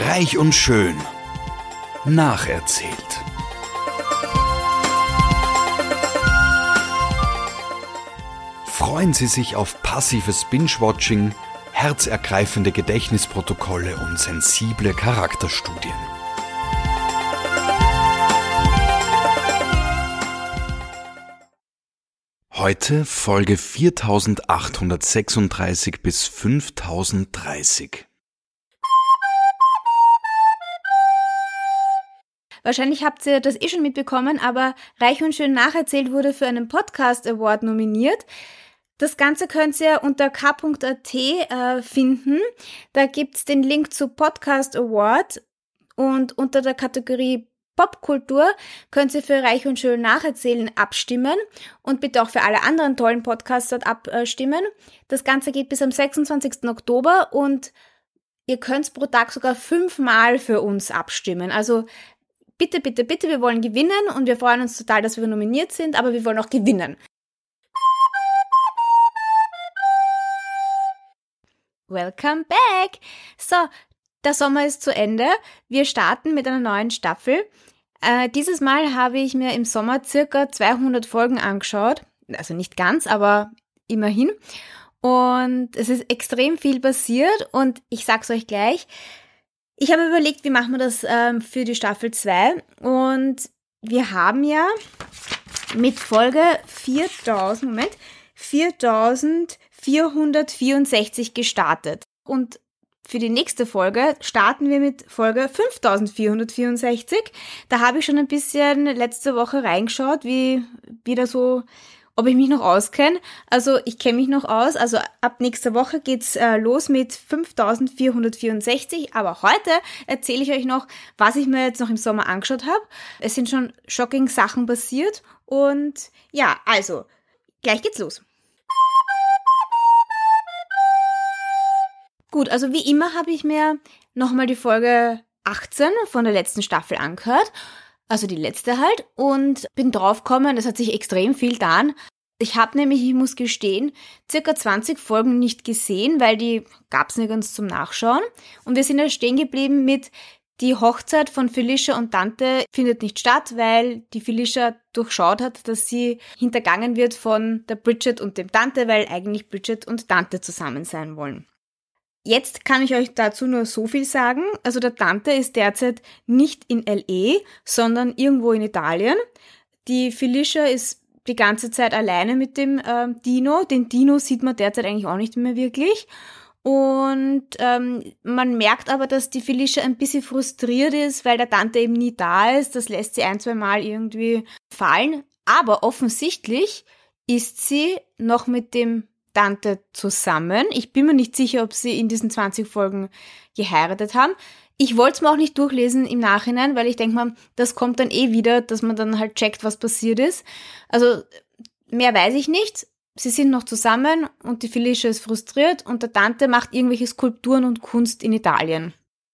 Reich und schön. Nacherzählt. Freuen Sie sich auf passives Binge-Watching, herzergreifende Gedächtnisprotokolle und sensible Charakterstudien. Heute Folge 4836 bis 5030. Wahrscheinlich habt ihr das schon mitbekommen, aber Reich und schön nacherzählt wurde für einen Podcast Award nominiert. Das Ganze könnt ihr unter k.at finden. Da gibt's den Link zu Podcast Award und unter der Kategorie Popkultur könnt ihr für Reich und schön nacherzählen abstimmen und bitte auch für alle anderen tollen Podcasts dort abstimmen. Das Ganze geht bis am 26. Oktober und ihr könnt pro Tag sogar 5-mal für uns abstimmen. Also bitte, bitte, bitte, wir wollen gewinnen und wir freuen uns total, dass wir nominiert sind, aber wir wollen auch gewinnen. Welcome back! So, der Sommer ist zu Ende. Wir starten mit einer neuen Staffel. Dieses Mal habe ich mir im Sommer circa 200 Folgen angeschaut. Also nicht ganz, aber immerhin. Und es ist extrem viel passiert und ich sag's euch gleich. Ich habe überlegt, wie machen wir das für die Staffel 2 und wir haben ja mit Folge 4464 gestartet und für die nächste Folge starten wir mit Folge 5464. Da habe ich schon ein bisschen letzte Woche reingeschaut, wie da so, ob ich mich noch auskenne. Also ich kenne mich noch aus. Also ab nächster Woche geht's los mit 5464. Aber heute erzähle ich euch noch, was ich mir jetzt noch im Sommer angeschaut habe. Es sind schon shocking Sachen passiert. Und ja, also gleich geht's los. Gut, also wie immer habe ich mir nochmal die Folge 18 von der letzten Staffel angehört, also die letzte halt, und bin draufgekommen, es hat sich extrem viel getan. Ich habe nämlich, ich muss gestehen, circa 20 Folgen nicht gesehen, weil die gab's nirgends zum Nachschauen. Und wir sind ja stehen geblieben mit die Hochzeit von Felicia und Dante findet nicht statt, weil die Felicia durchschaut hat, dass sie hintergangen wird von der Bridget und dem Dante, weil eigentlich Bridget und Dante zusammen sein wollen. Jetzt kann ich euch dazu nur so viel sagen. Also der Dante ist derzeit nicht in L.A., sondern irgendwo in Italien. Die Felicia ist die ganze Zeit alleine mit dem Dino. Den Dino sieht man derzeit eigentlich auch nicht mehr wirklich. Und man merkt aber, dass die Felicia ein bisschen frustriert ist, weil der Dante eben nie da ist. Das lässt sie 1-2 Mal irgendwie fallen. Aber offensichtlich ist sie noch mit dem Dante zusammen. Ich bin mir nicht sicher, ob sie in diesen 20 Folgen geheiratet haben. Ich wollte es mir auch nicht durchlesen im Nachhinein, weil ich denke mal, das kommt dann eh wieder, dass man dann halt checkt, was passiert ist. Also mehr weiß ich nicht. Sie sind noch zusammen und die Felicia ist frustriert und der Dante macht irgendwelche Skulpturen und Kunst in Italien.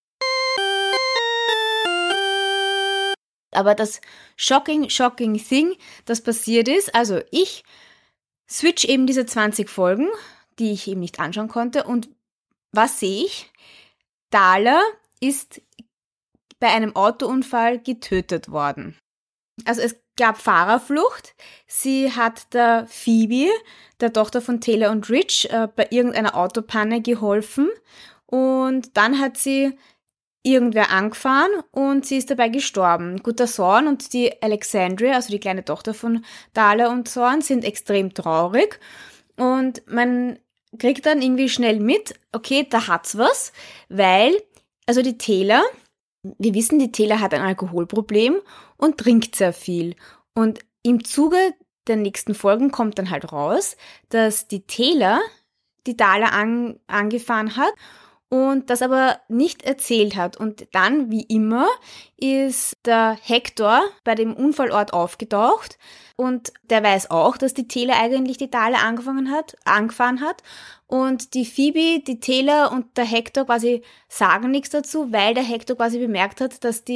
Aber das shocking thing, das passiert ist, also ich switch eben diese 20 Folgen, die ich eben nicht anschauen konnte. Und was sehe ich? Darla ist bei einem Autounfall getötet worden. Also es gab Fahrerflucht. Sie hat der Phoebe, der Tochter von Taylor und Rich, bei irgendeiner Autopanne geholfen. Und dann hat sie irgendwer angefahren und sie ist dabei gestorben. Gut, der Thorne und die Alexandria, also die kleine Tochter von Darla und Thorne, sind extrem traurig und man kriegt dann irgendwie schnell mit, okay, da hat's was, weil, also die Taylor, wir wissen, die Taylor hat ein Alkoholproblem und trinkt sehr viel und im Zuge der nächsten Folgen kommt dann halt raus, dass die Taylor die Darla angefahren hat und das aber nicht erzählt hat. Und dann, wie immer, ist der Hector bei dem Unfallort aufgetaucht und der weiß auch, dass die Taylor eigentlich die Darla angefahren hat und die Phoebe, die Taylor und der Hector quasi sagen nichts dazu, weil der Hector quasi bemerkt hat, dass die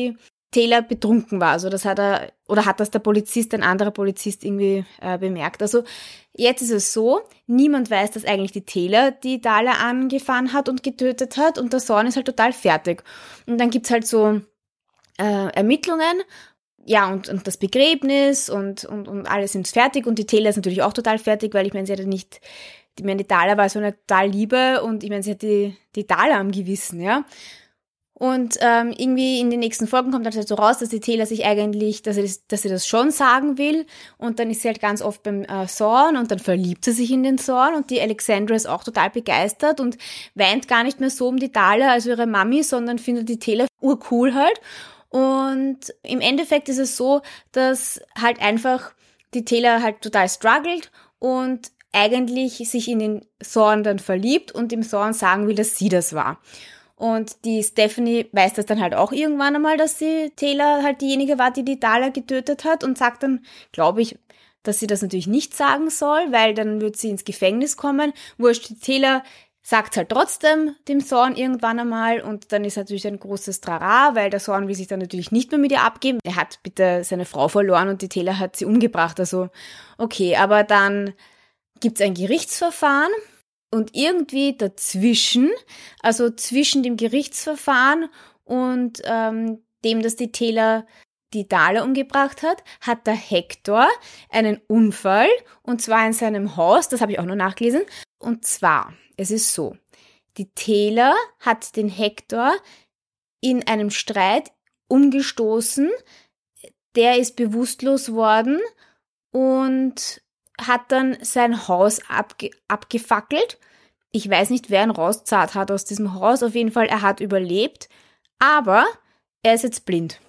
Taylor betrunken war. Also das hat das der Polizist, ein anderer Polizist irgendwie bemerkt. Also jetzt ist es so, niemand weiß, dass eigentlich die Taylor die Darla angefahren hat und getötet hat und der Thorne ist halt total fertig. Und dann gibt's halt so Ermittlungen, ja, und das Begräbnis und alles sind fertig und die Taylor ist natürlich auch total fertig, weil ich meine, sie hatte nicht, ich meine, die Darla war so eine total Liebe und ich meine, sie hat die Darla am Gewissen, ja. Und irgendwie in den nächsten Folgen kommt halt so raus, dass die Taylor sich eigentlich, dass sie das schon sagen will. Und dann ist sie halt ganz oft beim Thorne und dann verliebt sie sich in den Thorne und die Alexandra ist auch total begeistert und weint gar nicht mehr so um die Darla, also ihre Mami, sondern findet die Taylor urcool halt. Und im Endeffekt ist es so, dass halt einfach die Taylor halt total struggelt und eigentlich sich in den Thorne dann verliebt und dem Thorne sagen will, dass sie das war. Und die Stephanie weiß das dann halt auch irgendwann einmal, dass die Taylor halt diejenige war, die die Darla getötet hat und sagt dann, glaube ich, dass sie das natürlich nicht sagen soll, weil dann wird sie ins Gefängnis kommen. Wurscht, die Taylor sagt halt trotzdem dem Thorne irgendwann einmal und dann ist natürlich ein großes Trara, weil der Thorne will sich dann natürlich nicht mehr mit ihr abgeben. Er hat bitte seine Frau verloren und die Taylor hat sie umgebracht. Also okay, aber dann gibt's ein Gerichtsverfahren. Und irgendwie dazwischen, also zwischen dem Gerichtsverfahren und dem, dass die Taylor die Darla umgebracht hat, hat der Hector einen Unfall, und zwar in seinem Haus, das habe ich auch noch nachgelesen. Und zwar, es ist so, die Taylor hat den Hector in einem Streit umgestoßen, der ist bewusstlos worden und hat dann sein Haus abgefackelt. Ich weiß nicht, wer ihn rauszahlt hat aus diesem Haus. Auf jeden Fall, er hat überlebt. Aber er ist jetzt blind.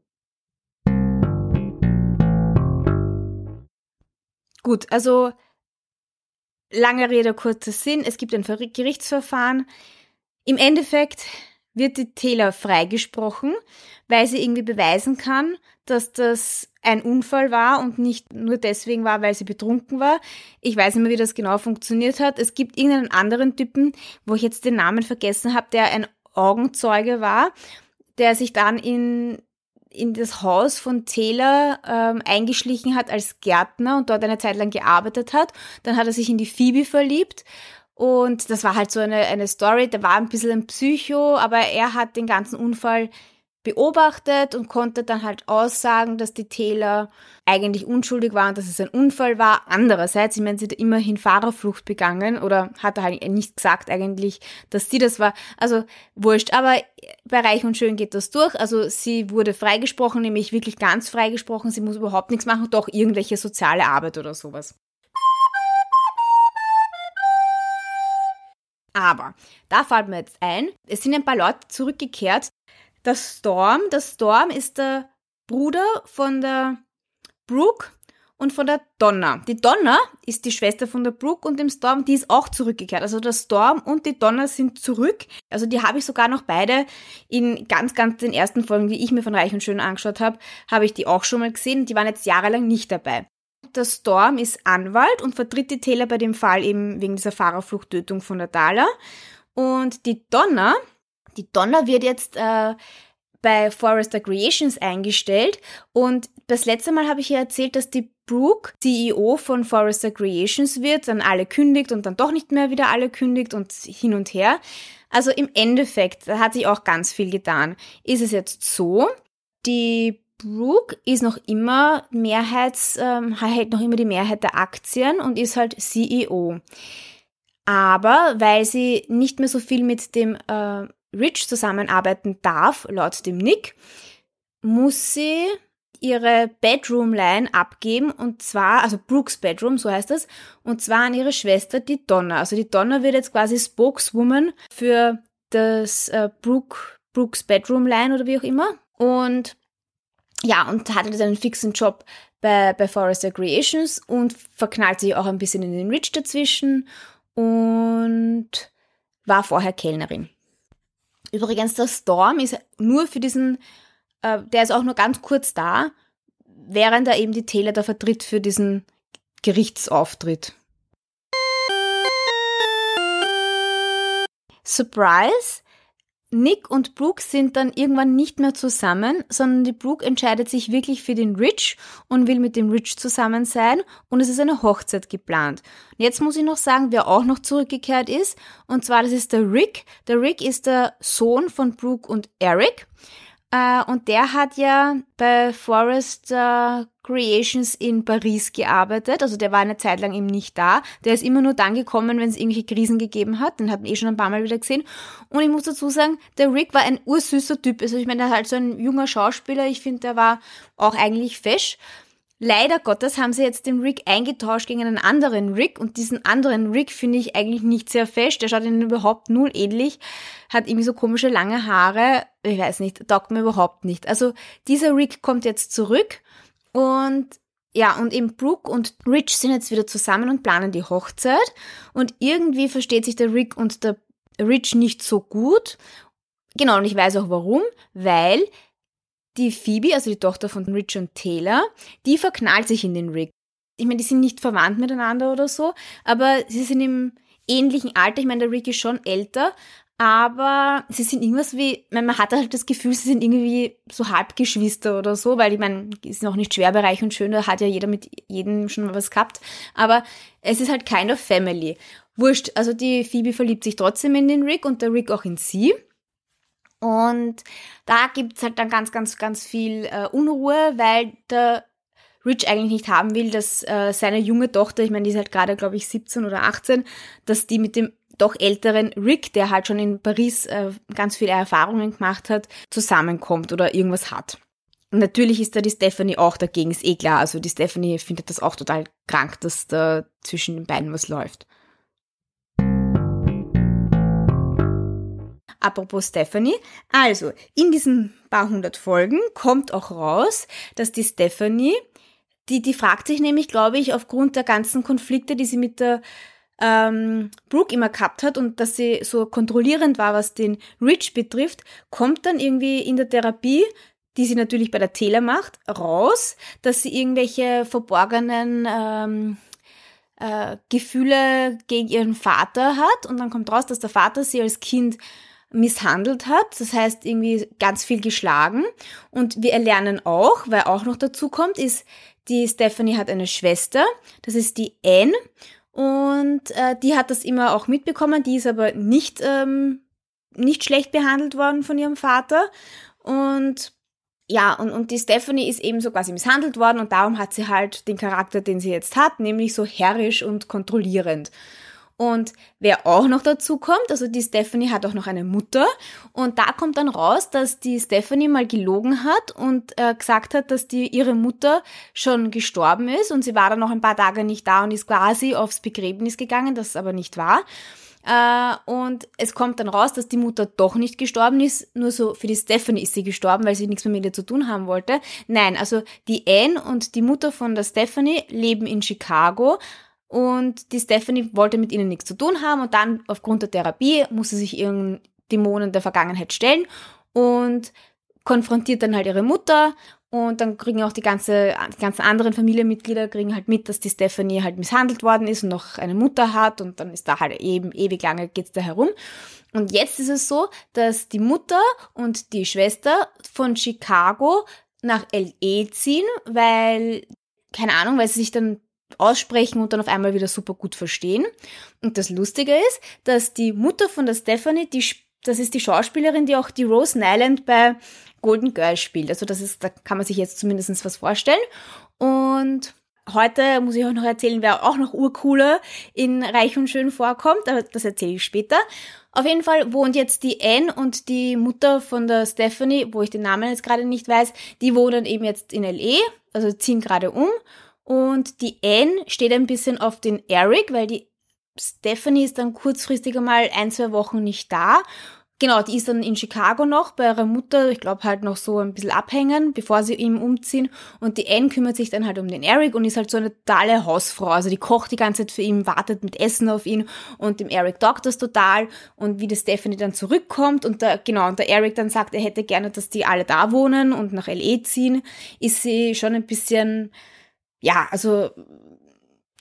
Gut, also lange Rede, kurzer Sinn. Es gibt ein Gerichtsverfahren. Im Endeffekt wird die Taylor freigesprochen, weil sie irgendwie beweisen kann, dass das ein Unfall war und nicht nur deswegen war, weil sie betrunken war. Ich weiß nicht mehr, wie das genau funktioniert hat. Es gibt irgendeinen anderen Typen, wo ich jetzt den Namen vergessen habe, der ein Augenzeuge war, der sich dann in das Haus von Taylor eingeschlichen hat als Gärtner und dort eine Zeit lang gearbeitet hat. Dann hat er sich in die Phoebe verliebt. Und das war halt so eine Story, der war ein bisschen ein Psycho, aber er hat den ganzen Unfall beobachtet und konnte dann halt aussagen, dass die Taylor eigentlich unschuldig war und dass es ein Unfall war. Andererseits, ich meine, sie hat immerhin Fahrerflucht begangen oder hat halt nicht gesagt eigentlich, dass sie das war. Also wurscht, aber bei Reich und Schön geht das durch. Also sie wurde freigesprochen, nämlich wirklich ganz freigesprochen. Sie muss überhaupt nichts machen, doch irgendwelche soziale Arbeit oder sowas. Aber da fällt mir jetzt ein, es sind ein paar Leute zurückgekehrt. Der Storm ist der Bruder von der Brooke und von der Donna. Die Donna ist die Schwester von der Brooke und dem Storm, die ist auch zurückgekehrt. Also der Storm und die Donna sind zurück. Also die habe ich sogar noch beide in ganz den ersten Folgen, die ich mir von Reich und Schön angeschaut habe ich die auch schon mal gesehen. Die waren jetzt jahrelang nicht dabei. Der Storm ist Anwalt und vertritt die Taylor bei dem Fall eben wegen dieser Fahrerfluchttötung von der Darla. Und die Donna wird jetzt bei Forrester Creations eingestellt. Und das letzte Mal habe ich ja erzählt, dass die Brooke CEO von Forrester Creations wird, dann alle kündigt und dann doch nicht mehr wieder alle kündigt und hin und her. Also im Endeffekt, da hat sich auch ganz viel getan. Ist es jetzt so, die Brooke ist noch immer hält noch immer die Mehrheit der Aktien und ist halt CEO. Aber weil sie nicht mehr so viel mit dem Rich zusammenarbeiten darf, laut dem Nick, muss sie ihre Bedroom-Line abgeben, und zwar, also Brooks Bedroom, so heißt das, und zwar an ihre Schwester, die Donna. Also die Donna wird jetzt quasi Spokeswoman für das Brooks Bedroom-Line oder wie auch immer. Und ja, und hat jetzt einen fixen Job bei Forrester Creations und verknallt sich auch ein bisschen in den Rich dazwischen und war vorher Kellnerin. Übrigens, der Storm ist nur für diesen, der ist auch nur ganz kurz da, während er eben die Taylor da vertritt für diesen Gerichtsauftritt. Surprise! Nick und Brooke sind dann irgendwann nicht mehr zusammen, sondern die Brooke entscheidet sich wirklich für den Rich und will mit dem Rich zusammen sein und es ist eine Hochzeit geplant. Und jetzt muss ich noch sagen, wer auch noch zurückgekehrt ist, und zwar das ist der Rick. Der Rick ist der Sohn von Brooke und Eric. Und der hat ja bei Forrester Creations in Paris gearbeitet. Also der war eine Zeit lang eben nicht da. Der ist immer nur dann gekommen, wenn es irgendwelche Krisen gegeben hat. Den hat man schon ein paar Mal wieder gesehen. Und ich muss dazu sagen, der Rick war ein ursüßer Typ. Also ich meine, der ist halt so ein junger Schauspieler. Ich finde, der war auch eigentlich fesch. Leider Gottes haben sie jetzt den Rick eingetauscht gegen einen anderen Rick und diesen anderen Rick finde ich eigentlich nicht sehr fesch. Der schaut ihnen überhaupt null ähnlich, hat irgendwie so komische lange Haare, ich weiß nicht, taugt mir überhaupt nicht. Also dieser Rick kommt jetzt zurück und ja, und eben Brooke und Rich sind jetzt wieder zusammen und planen die Hochzeit und irgendwie versteht sich der Rick und der Rich nicht so gut. Genau, und ich weiß auch warum, weil die Phoebe, also die Tochter von Rich und Taylor, die verknallt sich in den Rick. Ich meine, die sind nicht verwandt miteinander oder so, aber sie sind im ähnlichen Alter. Ich meine, der Rick ist schon älter, aber sie sind irgendwas wie, man hat halt das Gefühl, sie sind irgendwie so Halbgeschwister oder so, weil ich meine, ist noch nicht schwer, reich und schön, da hat ja jeder mit jedem schon mal was gehabt, aber es ist halt kind of family. Wurscht, also die Phoebe verliebt sich trotzdem in den Rick und der Rick auch in sie. Und da gibt's halt dann ganz, ganz, ganz viel Unruhe, weil der Rich eigentlich nicht haben will, dass seine junge Tochter, ich meine, die ist halt gerade, glaube ich, 17 oder 18, dass die mit dem doch älteren Rick, der halt schon in Paris ganz viele Erfahrungen gemacht hat, zusammenkommt oder irgendwas hat. Und natürlich ist da die Stephanie auch dagegen, ist eh klar. Also die Stephanie findet das auch total krank, dass da zwischen den beiden was läuft. Apropos Stephanie, also in diesen paar hundert Folgen kommt auch raus, dass die Stephanie, die fragt sich nämlich, glaube ich, aufgrund der ganzen Konflikte, die sie mit der Brooke immer gehabt hat und dass sie so kontrollierend war, was den Rich betrifft, kommt dann irgendwie in der Therapie, die sie natürlich bei der Taylor macht, raus, dass sie irgendwelche verborgenen Gefühle gegen ihren Vater hat und dann kommt raus, dass der Vater sie als Kind misshandelt hat, das heißt irgendwie ganz viel geschlagen und wir erlernen auch, weil auch noch dazu kommt, ist, die Stephanie hat eine Schwester, das ist die Anne und die hat das immer auch mitbekommen, die ist aber nicht schlecht behandelt worden von ihrem Vater und ja, und die Stephanie ist eben so quasi misshandelt worden und darum hat sie halt den Charakter, den sie jetzt hat, nämlich so herrisch und kontrollierend. Und wer auch noch dazu kommt, also die Stephanie hat auch noch eine Mutter und da kommt dann raus, dass die Stephanie mal gelogen hat und gesagt hat, dass ihre Mutter schon gestorben ist und sie war dann noch ein paar Tage nicht da und ist quasi aufs Begräbnis gegangen, das aber nicht war. Und es kommt dann raus, dass die Mutter doch nicht gestorben ist, nur so für die Stephanie ist sie gestorben, weil sie nichts mehr mit ihr zu tun haben wollte. Nein, also die Anne und die Mutter von der Stephanie leben in Chicago, und die Stephanie wollte mit ihnen nichts zu tun haben und dann aufgrund der Therapie muss sie sich ihren Dämonen der Vergangenheit stellen und konfrontiert dann halt ihre Mutter und dann kriegen auch die ganzen anderen Familienmitglieder kriegen halt mit, dass die Stephanie halt misshandelt worden ist und noch eine Mutter hat und dann ist da halt eben ewig lange geht's da herum. Und jetzt ist es so, dass die Mutter und die Schwester von Chicago nach LA ziehen, weil, keine Ahnung, weil sie sich dann aussprechen und dann auf einmal wieder super gut verstehen. Und das Lustige ist, dass die Mutter von der Stephanie, das ist die Schauspielerin, die auch die Rose Nyland bei Golden Girls spielt. Also da kann man sich jetzt zumindest was vorstellen. Und heute muss ich auch noch erzählen, wer auch noch urcooler in Reich und Schön vorkommt, aber das erzähle ich später. Auf jeden Fall wohnt jetzt die Anne und die Mutter von der Stephanie, wo ich den Namen jetzt gerade nicht weiß, die wohnen eben jetzt in L.A., also ziehen gerade um. Und die Anne steht ein bisschen auf den Eric, weil die Stephanie ist dann kurzfristig einmal 1-2 Wochen nicht da. Genau, die ist dann in Chicago noch bei ihrer Mutter, ich glaube halt noch so ein bisschen abhängen, bevor sie ihm umziehen. Und die Anne kümmert sich dann halt um den Eric und ist halt so eine totale Hausfrau. Also die kocht die ganze Zeit für ihn, wartet mit Essen auf ihn und dem Eric taugt das total. Und wie die Stephanie dann zurückkommt und der Eric dann sagt, er hätte gerne, dass die alle da wohnen und nach L.A. ziehen, ist sie schon ein bisschen, ja, also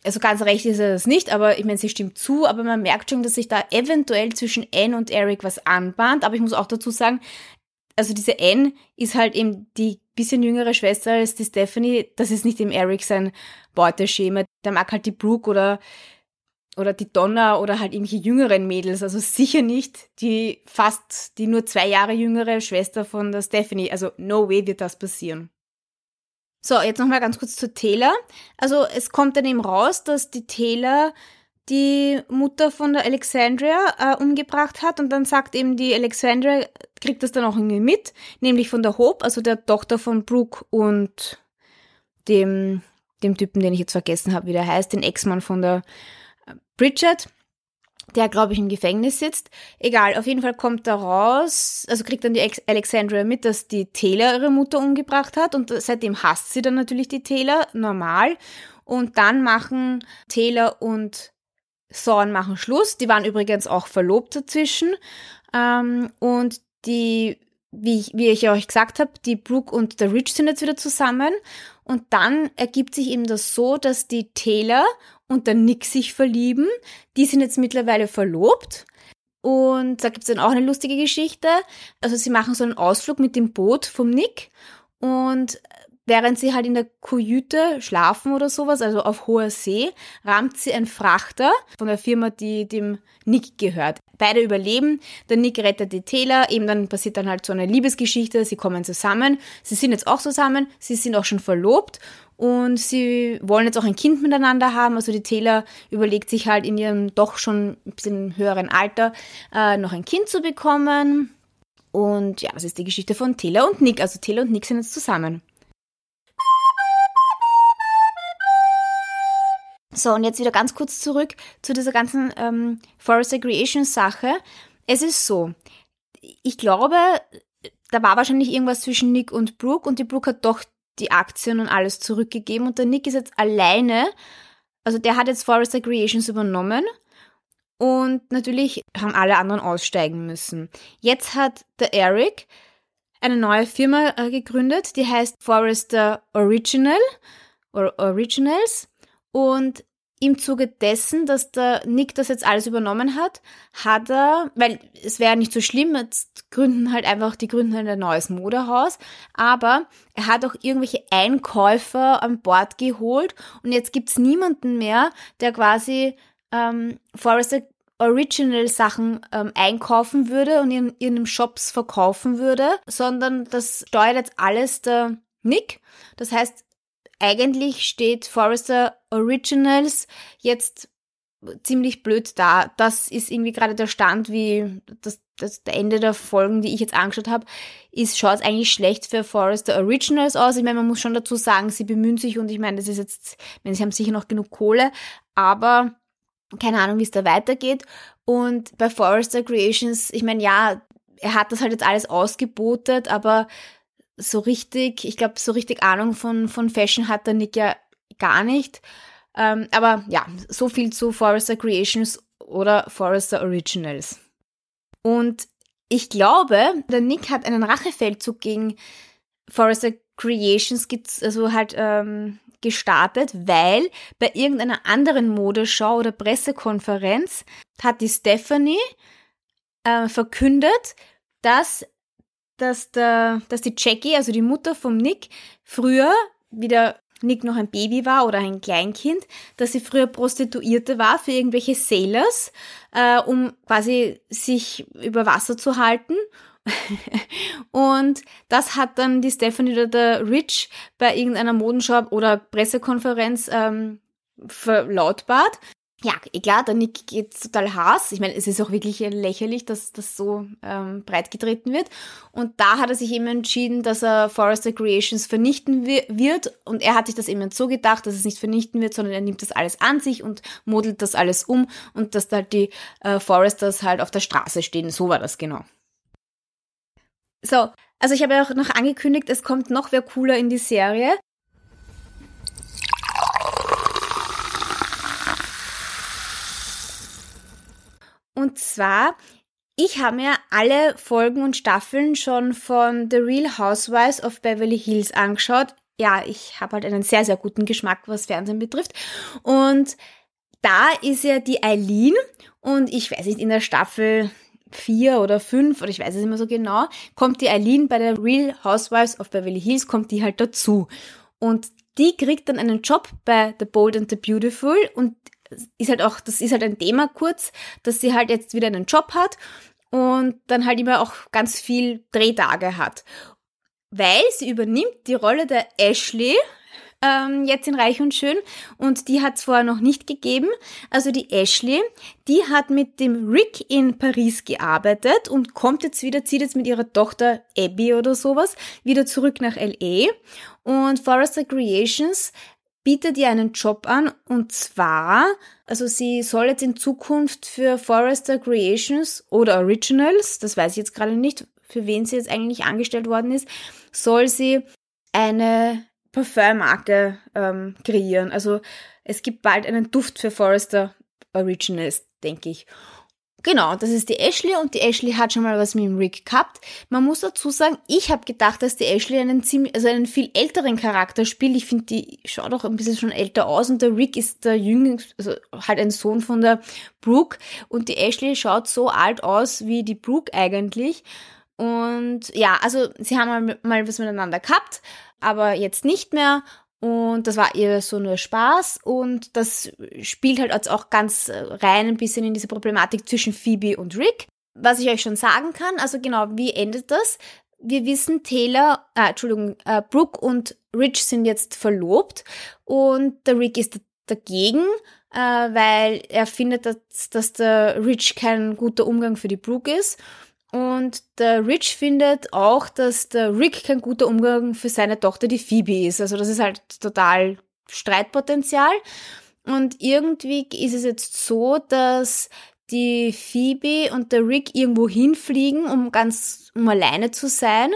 Also ganz recht ist er das nicht, aber ich meine, sie stimmt zu, aber man merkt schon, dass sich da eventuell zwischen Anne und Eric was anbahnt. Aber ich muss auch dazu sagen, also diese Anne ist halt eben die bisschen jüngere Schwester als die Stephanie. Das ist nicht im Eric sein Beuteschema. Der mag halt die Brooke oder die Donna oder halt irgendwelche jüngeren Mädels. Also sicher nicht die nur 2 Jahre jüngere Schwester von der Stephanie. Also no way wird das passieren. So, jetzt nochmal ganz kurz zu Taylor. Also es kommt dann eben raus, dass die Taylor die Mutter von der Alexandria umgebracht hat und dann sagt eben die Alexandria, kriegt das dann auch irgendwie mit, nämlich von der Hope, also der Tochter von Brooke und dem Typen, den ich jetzt vergessen habe, wie der heißt, den Ex-Mann von der Bridget, der, glaube ich, im Gefängnis sitzt. Egal, auf jeden Fall kommt da raus, also kriegt dann die Alexandria mit, dass die Taylor ihre Mutter umgebracht hat und seitdem hasst sie dann natürlich die Taylor, normal. Und dann machen Taylor und Thorne machen Schluss. Die waren übrigens auch verlobt dazwischen. Und wie ich euch gesagt habe, die Brooke und der Rich sind jetzt wieder zusammen. Und dann ergibt sich eben das so, dass die Taylor und der Nick sich verlieben. Die sind jetzt mittlerweile verlobt. Und da gibt's dann auch eine lustige Geschichte. Also sie machen so einen Ausflug mit dem Boot vom Nick. Und während sie halt in der Kajüte schlafen oder sowas, also auf hoher See, rammt sie ein Frachter von der Firma, die dem Nick gehört. Beide überleben, der Nick rettet die Taylor, eben dann passiert dann halt so eine Liebesgeschichte, sie kommen zusammen, sie sind jetzt auch zusammen, sie sind auch schon verlobt und sie wollen jetzt auch ein Kind miteinander haben, also die Taylor überlegt sich halt in ihrem doch schon ein bisschen höheren Alter noch ein Kind zu bekommen und ja, das ist die Geschichte von Taylor und Nick, also Taylor und Nick sind jetzt zusammen. So, und jetzt wieder ganz kurz zurück zu dieser ganzen Forrester Creation-Sache. Es ist so, ich glaube, da war wahrscheinlich irgendwas zwischen Nick und Brooke und die Brooke hat doch die Aktien und alles zurückgegeben und der Nick ist jetzt alleine, also der hat jetzt Forrester Creations übernommen und natürlich haben alle anderen aussteigen müssen. Jetzt hat der Eric eine neue Firma gegründet, die heißt Forrester Originals. Und im Zuge dessen, dass der Nick das jetzt alles übernommen hat, hat er, weil es wäre nicht so schlimm, jetzt gründen halt ein neues Modehaus, aber er hat auch irgendwelche Einkäufer an Bord geholt und jetzt gibt's niemanden mehr, der quasi Forrester Original Sachen einkaufen würde und in ihren Shops verkaufen würde, sondern das steuert jetzt alles der Nick. Das heißt, eigentlich steht Forrester Originals jetzt ziemlich blöd da. Das ist irgendwie gerade der Stand, wie das Ende der Folgen, die ich jetzt angeschaut habe, schaut eigentlich schlecht für Forrester Originals aus. Ich meine, man muss schon dazu sagen, sie bemühen sich und ich meine, das ist jetzt, sie haben sicher noch genug Kohle, aber keine Ahnung, wie es da weitergeht. Und bei Forrester Creations, ich meine, ja, er hat das halt jetzt alles ausgebotet, aber so richtig Ahnung von Fashion hat der Nick ja gar nicht. Aber ja, so viel zu Forrester Creations oder Forrester Originals. Und ich glaube, der Nick hat einen Rachefeldzug gegen Forrester Creations gestartet, weil bei irgendeiner anderen Modeschau oder Pressekonferenz hat die Stephanie verkündet, dass die Jackie, also die Mutter vom Nick, früher, wie der Nick noch ein Baby war oder ein Kleinkind, dass sie früher Prostituierte war für irgendwelche Sailors, um quasi sich über Wasser zu halten. Und das hat dann die Stephanie oder der Rich bei irgendeiner Modenschau oder Pressekonferenz verlautbart. Ja, klar, der Nick geht total Hass. Ich meine, es ist auch wirklich lächerlich, dass das so breit getreten wird. Und da hat er sich eben entschieden, dass er Forrester Creations vernichten wird. Und er hat sich das eben so gedacht, dass es nicht vernichten wird, sondern er nimmt das alles an sich und modelt das alles um. Und dass da halt die Forresters halt auf der Straße stehen. So war das genau. So, also ich habe ja auch noch angekündigt, es kommt noch wer cooler in die Serie. Und zwar, ich habe mir alle Folgen und Staffeln schon von The Real Housewives of Beverly Hills angeschaut. ja, ich habe halt einen sehr, sehr guten Geschmack, was Fernsehen betrifft. Und da ist ja die Eileen und ich weiß nicht, in der Staffel 4 oder 5 oder ich weiß es nicht mehr so genau, kommt die Eileen bei der Real Housewives of Beverly Hills, kommt die halt dazu. Und die kriegt dann einen Job bei The Bold and the Beautiful und ist halt auch, das ist halt ein Thema kurz, dass sie halt jetzt wieder einen Job hat und dann halt immer auch ganz viel Drehtage hat. Weil sie übernimmt die Rolle der Ashley, jetzt in Reich und Schön, und die hat es vorher noch nicht gegeben. Also die Ashley, die hat mit dem Rick in Paris gearbeitet und kommt jetzt wieder, zieht jetzt mit ihrer Tochter Abby oder sowas wieder zurück nach L.A. Und Forrester Creations bietet ihr einen Job an, und zwar, also sie soll jetzt in Zukunft für Forrester Creations oder Originals, das weiß ich jetzt gerade nicht, für wen sie jetzt eigentlich angestellt worden ist, soll sie eine Parfümmarke kreieren. Also es gibt bald einen Duft für Forrester Originals, denke ich. Genau, das ist die Ashley und die Ashley hat schon mal was mit dem Rick gehabt. Man muss dazu sagen, ich habe gedacht, dass die Ashley einen viel älteren Charakter spielt. Ich finde, die schaut auch ein bisschen schon älter aus und der Rick ist der jüngste, also halt ein Sohn von der Brooke und die Ashley schaut so alt aus wie die Brooke eigentlich. Und ja, also sie haben mal was miteinander gehabt, aber jetzt nicht mehr. Und das war ihr so nur Spaß und das spielt halt jetzt auch ganz rein ein bisschen in diese Problematik zwischen Phoebe und Rick. Was ich euch schon sagen kann, also genau, wie endet das? Wir wissen, Brooke und Rich sind jetzt verlobt und der Rick ist dagegen, weil er findet, dass der Rich kein guter Umgang für die Brooke ist. Und der Rich findet auch, dass der Rick kein guter Umgang für seine Tochter, die Phoebe, ist. Also das ist halt total Streitpotenzial. Und irgendwie ist es jetzt so, dass die Phoebe und der Rick irgendwo hinfliegen, um alleine zu sein.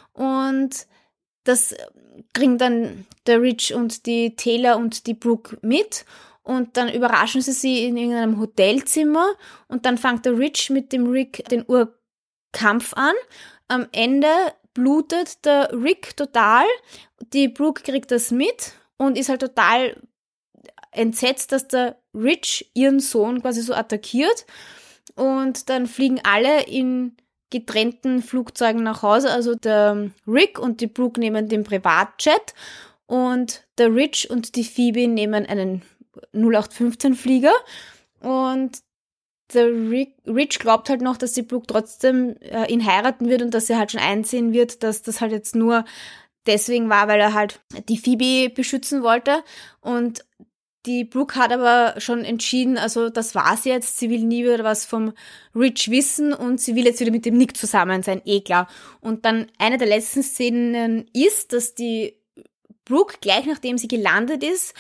Und das kriegen dann der Rich und die Taylor und die Brooke mit. Und dann überraschen sie in irgendeinem Hotelzimmer. Und dann fängt der Rich mit dem Rick den Kampf an. Am Ende blutet der Rick total. Die Brooke kriegt das mit und ist halt total entsetzt, dass der Rich ihren Sohn quasi so attackiert. Und dann fliegen alle in getrennten Flugzeugen nach Hause. Also der Rick und die Brooke nehmen den Privatjet und der Rich und die Phoebe nehmen einen 0815-Flieger. Und der Rich glaubt halt noch, dass die Brooke trotzdem ihn heiraten wird und dass er halt schon einsehen wird, dass das halt jetzt nur deswegen war, weil er halt die Phoebe beschützen wollte. Und die Brooke hat aber schon entschieden, also das war's jetzt, sie will nie wieder was vom Rich wissen und sie will jetzt wieder mit dem Nick zusammen sein, klar. Und dann eine der letzten Szenen ist, dass die Brooke gleich nachdem sie gelandet ist,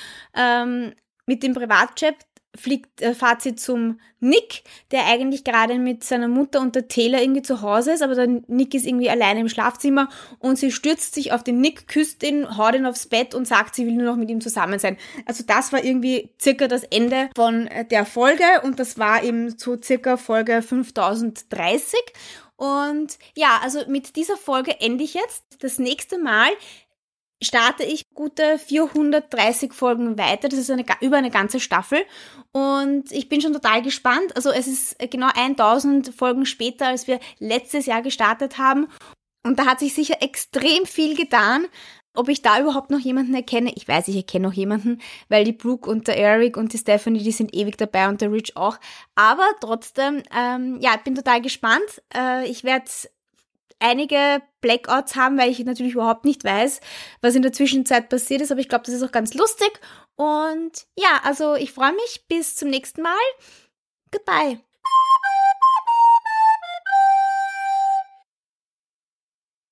mit dem Privatjet fahrt sie zum Nick, der eigentlich gerade mit seiner Mutter und der Taylor irgendwie zu Hause ist, aber der Nick ist irgendwie alleine im Schlafzimmer und sie stürzt sich auf den Nick, küsst ihn, haut ihn aufs Bett und sagt, sie will nur noch mit ihm zusammen sein. Also das war irgendwie circa das Ende von der Folge und das war eben so circa Folge 5030. Und ja, also mit dieser Folge ende ich jetzt. Das nächste Mal starte ich gute 430 Folgen weiter. Das ist über eine ganze Staffel. Und ich bin schon total gespannt. Also es ist genau 1000 Folgen später, als wir letztes Jahr gestartet haben. Und da hat sich sicher extrem viel getan. Ob ich da überhaupt noch jemanden erkenne? Ich weiß, ich erkenne noch jemanden, weil die Brooke und der Eric und die Stephanie, die sind ewig dabei und der Rich auch. Aber trotzdem, ja, ich bin total gespannt. Ich werde einige Blackouts haben, weil ich natürlich überhaupt nicht weiß, was in der Zwischenzeit passiert ist, aber ich glaube, das ist auch ganz lustig. Und ja, also ich freue mich. Bis zum nächsten Mal. Goodbye.